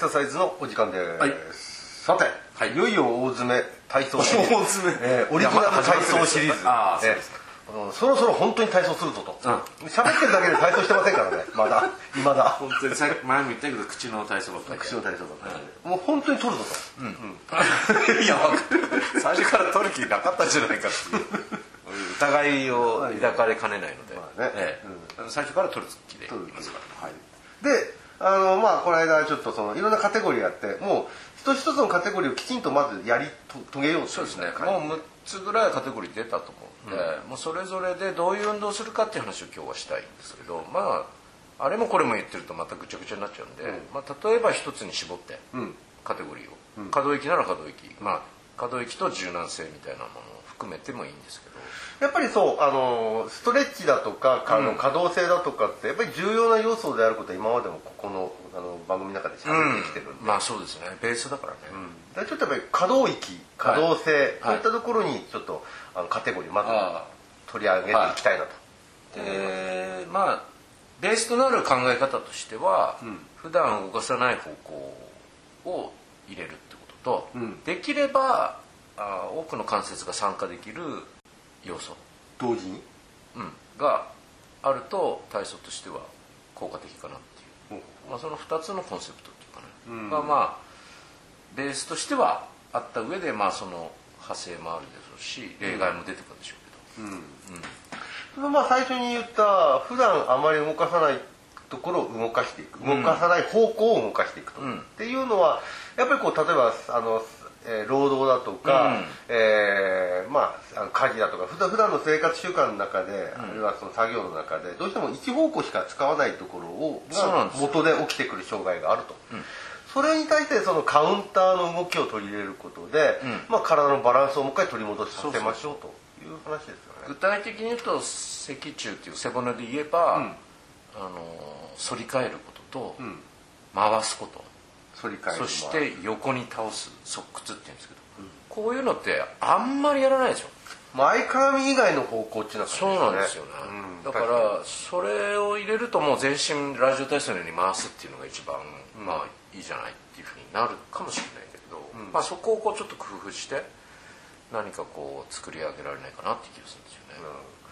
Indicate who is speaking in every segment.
Speaker 1: ササイズのお時間です、
Speaker 2: はい、
Speaker 1: さて、はい、いよいよ大詰め体操シリーズ、オリジナル体操シリーズ、そろそろ本当に体操するぞと、喋ってるだけで体操してませんからね、まだ未だ
Speaker 2: 本当に前も言ったけど口の体操ばっかり、
Speaker 1: 口の体操ばっかり、もう本当に取るぞ
Speaker 2: と、いや最初から取る気なかったんじゃないかっていう疑いを抱かれかねないので、最初から取る気でいますから、
Speaker 1: でこの間ちょっといろんなカテゴリーがあって、もう一つ一つのカテゴリーをきちんとまずやり遂げようと。
Speaker 2: そうですね、もう6つぐらいカテゴリー出たと思うので、もうそれぞれでどういう運動をするかっていう話を今日はしたいんですけど、あれもこれも言ってるとまたぐちゃぐちゃになっちゃうんで、例えば一つに絞ってカテゴリーを、可動域なら可動域、可動域と柔軟性みたいなものを含めてもいいんですけど、
Speaker 1: やっぱりそうストレッチだとか可動性だとかってやっぱり重要な要素であることは今までもここの番組の中で喋ってきてるんで、
Speaker 2: そうですね、ベースだからね、
Speaker 1: ちょっとやっぱり可動域、可動性、こういったところにちょっとカテゴリーまず取り上げていきたいなと。
Speaker 2: でベースとなる考え方としては、普段動かさない方向を入れるってことと、できれば多くの関節が参加できる要素
Speaker 1: 同時に、
Speaker 2: があると体操としては効果的かなっていう、その2つのコンセプトっていうかね、がベースとしてはあった上で、その派生もあるでしょうし、例外も出てくるでしょうけど、
Speaker 1: 最初に言った普段あまり動かさないところを動かしていく、動かさない方向を動かしていくと、っていうのはやっぱり例えば労働だとか、家事だとか普段の生活習慣の中で、あるいはその作業の中でどうしても一方向しか使わないところが元で起きてくる障害があると、それに対してそのカウンターの動きを取り入れることで、体のバランスをもう一回取り戻させましょうという話ですよね。
Speaker 2: 具体的に言うと脊柱っていう背骨で言えば、反り返ることと、回すこと、そして横に倒す側屈って言うんですけど、こういうのってあんまりやらないでしょ。
Speaker 1: 前かがみ以外の方向っていうのは
Speaker 2: そうなんですよね、だからそれを入れるともう全身ラジオ体操のように回すっていうのが一番いいじゃないっていうふうになるかもしれないけど、そこをちょっと工夫して何か作り上げられないかなって気がするんですよね。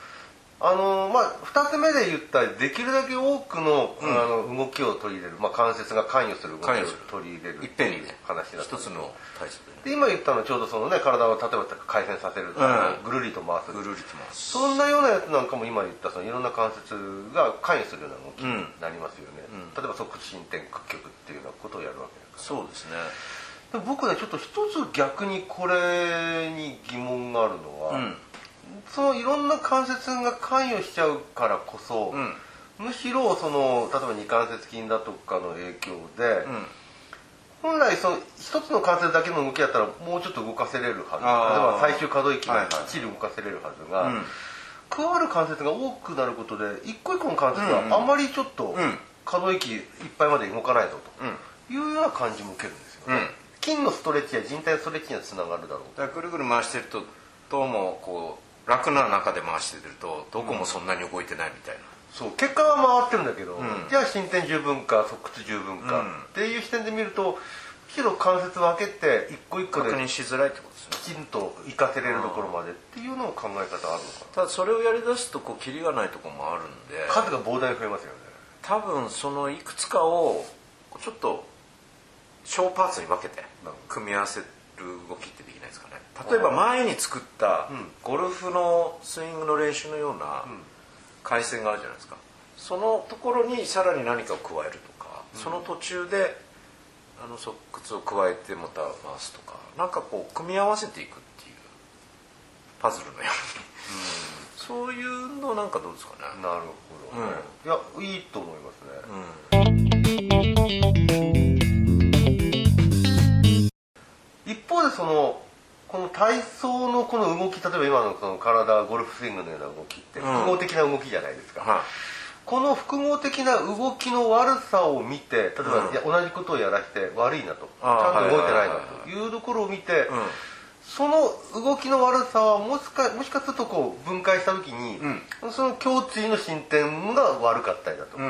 Speaker 1: 2つ目で言ったできるだけ多くの、動きを取り入れる、関節が関与する動きを取り入れる
Speaker 2: いっぺんにね、
Speaker 1: 話だった
Speaker 2: 一つの体操
Speaker 1: で、今言ったのはちょうど体を例えば回旋させる、ぐるりと回す、そんなようなやつなんかも今言ったいろんな関節が関与するような動きになりますよね、例えば側屈伸展屈曲っていうようなことをやるわけですから。
Speaker 2: そうですね。
Speaker 1: で僕ねちょっと一つ逆にこれに疑問があるのは、そのいろんな関節が関与しちゃうからこそ、むしろ例えば二関節筋だとかの影響で、本来一つの関節だけの動きだったらもうちょっと動かせれるはず、例えば最終可動域がきっちり動かせれるはずが、加わる関節が多くなることで一個一個の関節があまりちょっと可動域いっぱいまで動かないぞというような感じも受けるんですよね。筋のストレッチや靭帯のストレッチにはつながるだろう。
Speaker 2: だからぐるぐる回してるとどうも楽な中で回してるとどこもそんなに動いてないみたいな、
Speaker 1: そう結果は回ってるんだけど、じゃあ伸展十分か側屈十分かっていう視点で見ると、むしろ関節分けて一個一個で
Speaker 2: 確認しづらいってことですね。
Speaker 1: きちんと活かせれるところまでっていうのを考え方あるのか。
Speaker 2: ただそれをやりだすとキリがないところもあるんで、
Speaker 1: 数が膨大に増えますよね。
Speaker 2: 多分そのいくつかをちょっと小パーツに分けて組み合わせる動きってできないですかね。例えば前に作ったゴルフのスイングの練習のような回線があるじゃないですか。そのところにさらに何かを加えるとか、その途中で側屈を加えてまた回すとか、なんか組み合わせていくっていうパズルのように、そういうのなんかどうですかね。
Speaker 1: なるほど、いやいいと思いますね。一方でこの体操のこの動き、例えば今の体ゴルフスイングのような動きって複合的な動きじゃないですか、この複合的な動きの悪さを見て、例えば、同じことをやらせて悪いなと、ちゃんと動いてないなというところを見て、その動きの悪さはもしかすると分解した時に、その胸椎の進展が悪かったりだとか、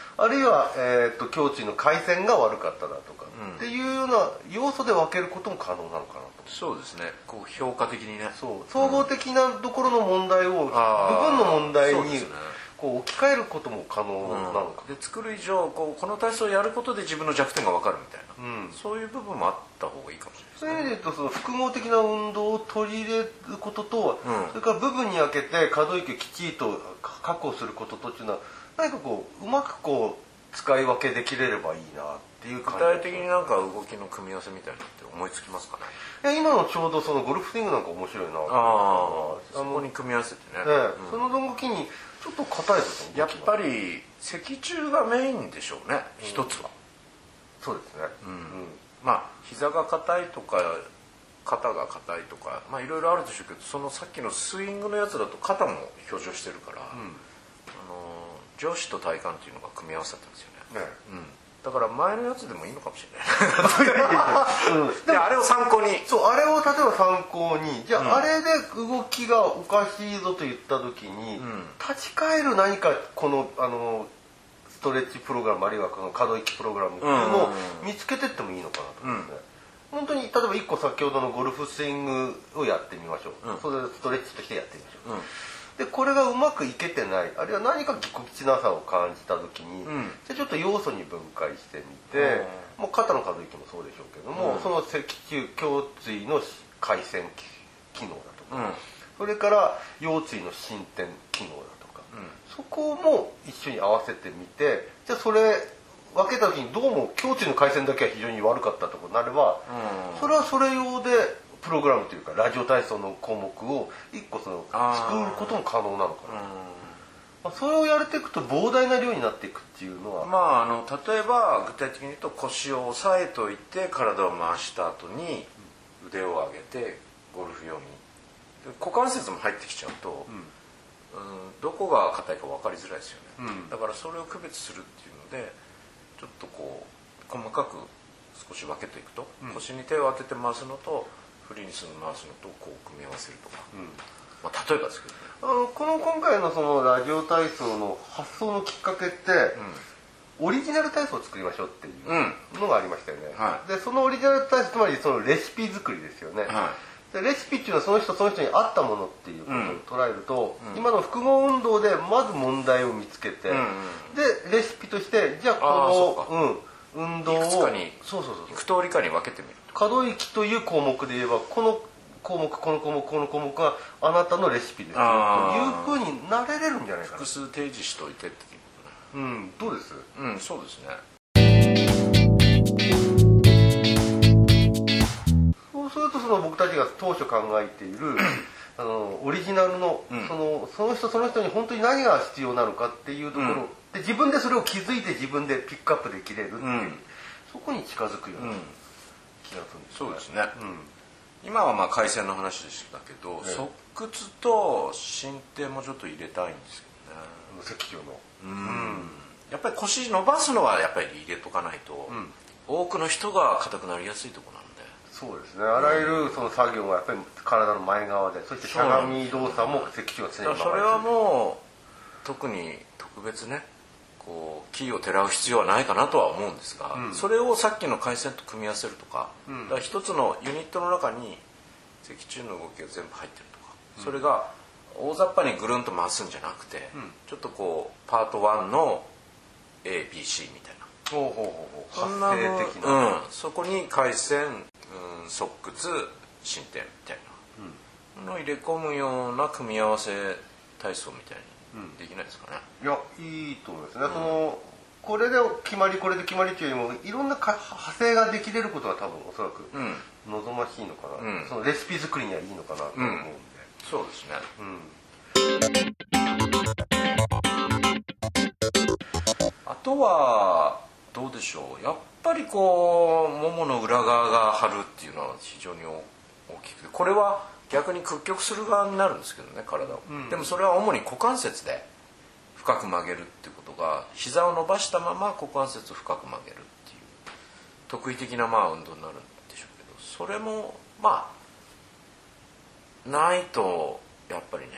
Speaker 1: あるいは、胸椎の回線が悪かっただとか、っていうような要素で分けることも可能なのかなと。
Speaker 2: そうですね、こう評価的にね、
Speaker 1: そう総合的なところの問題を、部分の問題にこう置き換えることも可能なのか、
Speaker 2: で作る以上この体操をやることで自分の弱点が分かるみたいな、そういう部分もあった方がいいかもしれないですね。
Speaker 1: そういう意味で言うと、その複合的な運動を取り入れることと、それから部分に分けて可動域をきちりと確保することとっていうのは、何かこううまくこう使い分けできれればいいなっていう感じ。
Speaker 2: 具体的になんか動きの組み合わせみたいなのって思いつきますかね。
Speaker 1: いや今のちょうどそのゴルフスイングなんか面白いな。
Speaker 2: そこに組み合わせてね、
Speaker 1: その動きにちょっと硬いです
Speaker 2: やっぱり脊柱がメインでしょうね、一つは。
Speaker 1: そうですね、
Speaker 2: まあ膝が硬いとか肩が硬いとか、まあいろいろあるでしょうけど、そのさっきのスイングのやつだと肩も表情してるから、上肢と体幹っていうのが組み合わさってますよね、だから前のやつでもいいのかもしれないであれを参考に、
Speaker 1: あれを例えば参考に、じゃあ、あれで動きがおかしいぞと言った時に、立ち返る何かこのストレッチプログラム、あるいはこの可動域プログラムっていうのを見つけてってもいいのかなと思いますね。本当に例えば1個先ほどのゴルフスイングをやってみましょう、それでストレッチとしてやってみましょう、でこれがうまくいけてない、あるいは何かぎこちなさを感じた時に、じゃあちょっと要素に分解してみて、もう肩の可動域もそうでしょうけども、その脊柱胸椎の回線機能だとか、それから腰椎の伸展機能だとか、そこも一緒に合わせてみて、じゃあそれ分けた時にどうも胸椎の回線だけは非常に悪かったところになれば、それはそれ用でプログラムというかラジオ体操の項目を一個作ることも可能なのかな、それをやれていくと膨大な量になっていくっていうのは、
Speaker 2: 例えば具体的に言うと腰を押さえといて体を回した後に腕を上げてゴルフ用に股関節も入ってきちゃうと、どこが硬いか分かりづらいですよね、だからそれを区別するっていうのでちょっとこう細かく少し分けていくと、腰に手を当てて回すのとフリーにする回すのとこう組み合わせるとか、例えばですけどね、
Speaker 1: 今回のそのラジオ体操の発想のきっかけって、オリジナル体操を作りましょうっていうのがありましたよね、でそのオリジナル体操、つまりそのレシピ作りですよね、でレシピっていうのはその人に合ったものっていうことを捉えると、今の複合運動でまず問題を見つけて、でレシピとしてじゃあこの運動をいくつかにい
Speaker 2: く通りかに分けてみる、
Speaker 1: 可動域という項目で言えばこの項目この項目この項目があなたのレシピですよというふうになれれるんじゃないかな。
Speaker 2: 複数提示しといてっていう
Speaker 1: ことね。どうです？
Speaker 2: そうですね。
Speaker 1: そうするとその僕たちが当初考えているオリジナルの、その人に本当に何が必要なのかっていうところ、で自分でそれを気づいて自分でピックアップできれるっていう、そこに近づくような気がするんですね。
Speaker 2: そうですね、今は回線の話でしたけど、側屈と伸展もちょっと入れたいんですけどね、
Speaker 1: 脊柱の、
Speaker 2: やっぱり腰伸ばすのはやっぱり入れとかないと、多くの人が硬くなりやすいところなんで。
Speaker 1: そうですね、あらゆるその作業はやっぱり体の前側で、そしてしゃがみ動作も脊柱が常に回ってる。
Speaker 2: それはもう特に特別ねこうキーをてらう必要はないかなとは思うんですが、それをさっきの回線と組み合わせるとか、だから一つのユニットの中に脊柱の動きが全部入ってるとか、それが大雑把にぐるんと回すんじゃなくて、ちょっとこうパート1の ABC みたいな、
Speaker 1: 発生的な、
Speaker 2: そこに回線、側屈伸展みたいなのを入れ込むような組み合わせ体操みたいにできないですかね。
Speaker 1: いや、いいと思いますね、これで決まりこれで決まりというよりもいろんな派生ができれることが多分おそらく望ましいのかな、そのレシピ作りにはいいのかなと思うんで、
Speaker 2: そうですね、あとはどうでしょう、やっぱりこうももの裏側が張るっていうのは非常に大きくて、これは逆に屈曲する側になるんですけどね、体を、でもそれは主に股関節で深く曲げるっていうことが、膝を伸ばしたまま股関節を深く曲げるっていう特異的な運動になるんでしょうけど、それもないとやっぱりね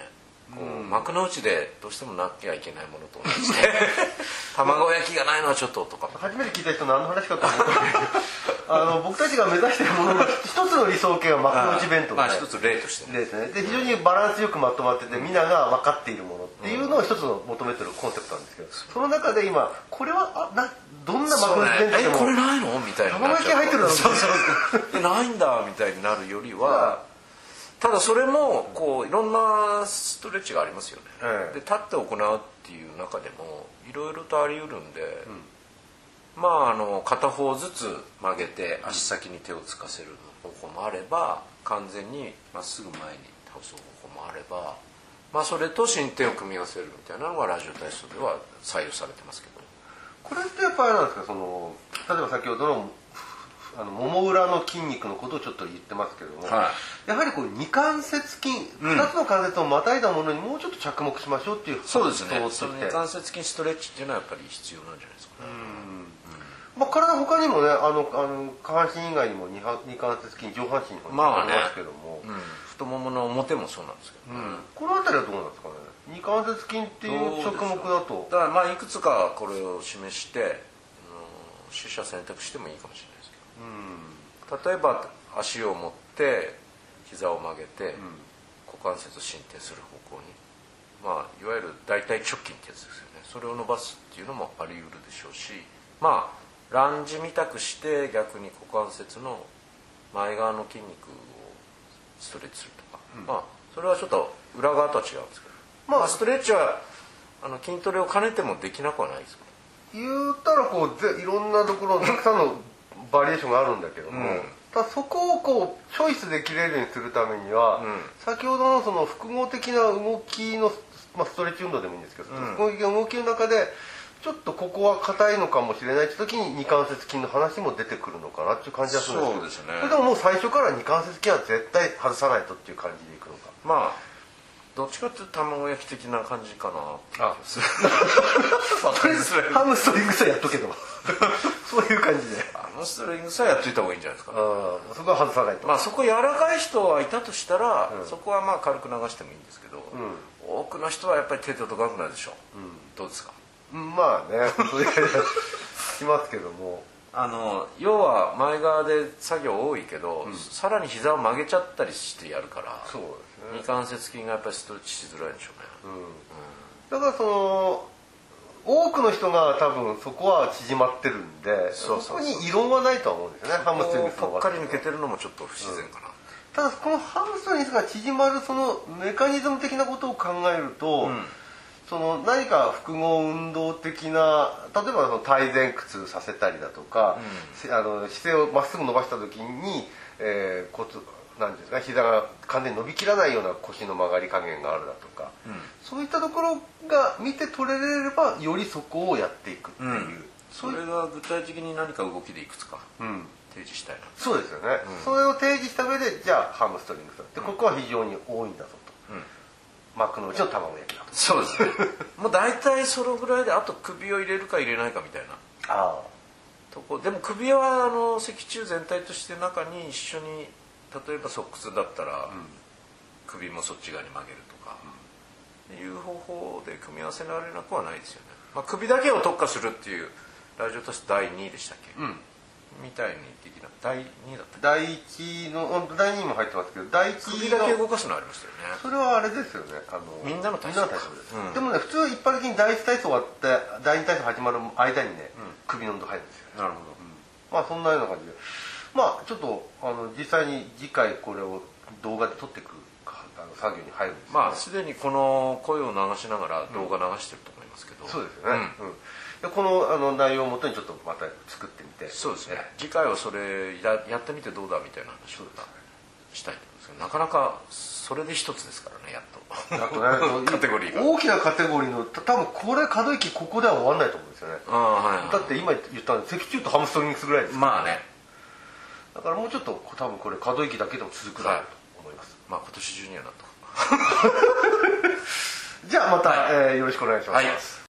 Speaker 2: 幕の内でどうしてもなきゃいけないものと同じで卵焼きがないのはちょっととか。
Speaker 1: 初めて聞いた人何の話かと思った僕たちが目指しているものの一つの理想形は幕の内弁当で、
Speaker 2: 一つ例として
Speaker 1: ですね。で非常にバランスよくまとまってて、みんなが分かっているものっていうのを一つの求めてるコンセプトなんですけど、その中で今これはどんな幕の内弁当でも
Speaker 2: これないのみたいな、
Speaker 1: 卵焼き入ってるの
Speaker 2: そうないんだみたいになるよりは、ただそれもこういろんなストレッチがありますよね、で立って行うっていう中でもいろいろとあり得るんで、片方ずつ曲げて足先に手をつかせる方法もあれば、完全にまっすぐ前に倒す方法もあれば、それと進展を組み合わせるみたいなのがラジオ体操では採用されてますけど。
Speaker 1: これってやっぱりなんですか、例えば先ほどのもも裏の筋肉のことをちょっと言ってますけども、やはり二関節筋、2つの関節をまたいだものにもうちょっと着目しましょうっていう。
Speaker 2: そうですね。その二関節筋ストレッチっていうのはやっぱり必要なんじゃないですかね。
Speaker 1: 体他にもね、下半身以外にも二関節筋、上半身にもありますけども、
Speaker 2: 太ももの表もそうなんですけど、
Speaker 1: この辺りはどうなんですかね。二関節筋っていう直目だと、
Speaker 2: だからいくつかこれを示して取捨選択してもいいかもしれないですけど、例えば足を持って膝を曲げて股関節を伸展する方向に、いわゆる大腿直筋ってやつですよね。それを伸ばすっていうのもあり得るでしょうし、ランジみたくして逆に股関節の前側の筋肉をストレッチするとか、それはちょっと裏側とは違うんですけど、ストレッチは筋トレを兼ねてもできなくはないですか。
Speaker 1: 言ったらいろんなところたくさんのバリエーションがあるんだけども、ただそこをチョイスできれるようにするためには、先ほどのその複合的な動きの、ストレッチ運動でもいいんですけど、複合的な動きの中でちょっとここは硬いのかもしれないって時に二関節筋の話も出てくるのかなっていう感じがするんですけど、それでももう最初から二関節筋は絶対外さないとっていう感じでいくのか。
Speaker 2: どっちかっていうと卵焼き的な感じかな。
Speaker 1: とりあえずハムストリングさえやっとけとそういう感じで
Speaker 2: ハムストリングさえやっといた方がいいんじゃないですか。
Speaker 1: そこは外さないと。
Speaker 2: そこ柔らかい人はいたとしたら、そこは軽く流してもいいんですけど、多くの人はやっぱり手届かなくなるでしょう。どうですか。
Speaker 1: それしますけども、
Speaker 2: 要は前側で作業多いけど、さらに膝を曲げちゃったりしてやるから、
Speaker 1: そうですね、
Speaker 2: 二関節筋がやっぱりストレッチしづらいでしょうね。
Speaker 1: だから多くの人が多分そこは縮まってるんで、そこに異論はないとは思うんですよね。ハムストリングスの
Speaker 2: ぽっかり抜けてるのもちょっと不自然かな。
Speaker 1: ただこのハムストリングスが縮まるそのメカニズム的なことを考えると、何か複合運動的な、例えば体前屈させたりだとか、姿勢をまっすぐ伸ばした時に、なんですか、膝が完全に伸びきらないような腰の曲がり加減があるだとか、そういったところが見て取れればよりそこをやっていくっていう、
Speaker 2: それが具体的に何か動きでいくつか提示したいな。
Speaker 1: そうですよね、それを提示した上で、じゃあハムストリングスでここは非常に多いんだぞと、幕の内の卵焼きだと。
Speaker 2: そうですねもう大体そのぐらいで、あと首を入れるか入れないかみたいなとこでも、首は脊柱全体として中に一緒に、例えば側屈だったら、首もそっち側に曲げるとか、いう方法で組み合わせられなくはないですよね。首だけを特化するっていうラジオとして第2位でしたっけ、みたいに的な第2位だった。
Speaker 1: 第1の第2位も入ってますけど、第1
Speaker 2: 首だけ動かすのありましたよね。
Speaker 1: それはあれですよね、
Speaker 2: みんなの体操です。
Speaker 1: でもね、普通一般的に第1体操終わって第2体操始まる間にね、首の運動入るんですよ。
Speaker 2: なるほど。
Speaker 1: そんなような感じで、ちょっと実際に次回これを動画で撮っていく作業に入るんですよね。
Speaker 2: すでにこの声を流しながら動画流してると思いますけど、
Speaker 1: そうですよね、でこの内容をもとにちょっとまた作ってみて、
Speaker 2: そうですね、次回はそれやってみてどうだみたいな話をしたいと思うんですけど、なかなかそれで一つですからね、やっと
Speaker 1: あとね
Speaker 2: カテゴリーが
Speaker 1: 大きなカテゴリーの、多分これ可動域ここでは終わらないと思うんですよね。だって今言った脊柱とハムストリングスぐらいですからね。だからもうちょっと多分これ可動域だけでも続くなと思います。
Speaker 2: 今年中にはなった
Speaker 1: じゃあまた、よろしくお願いします。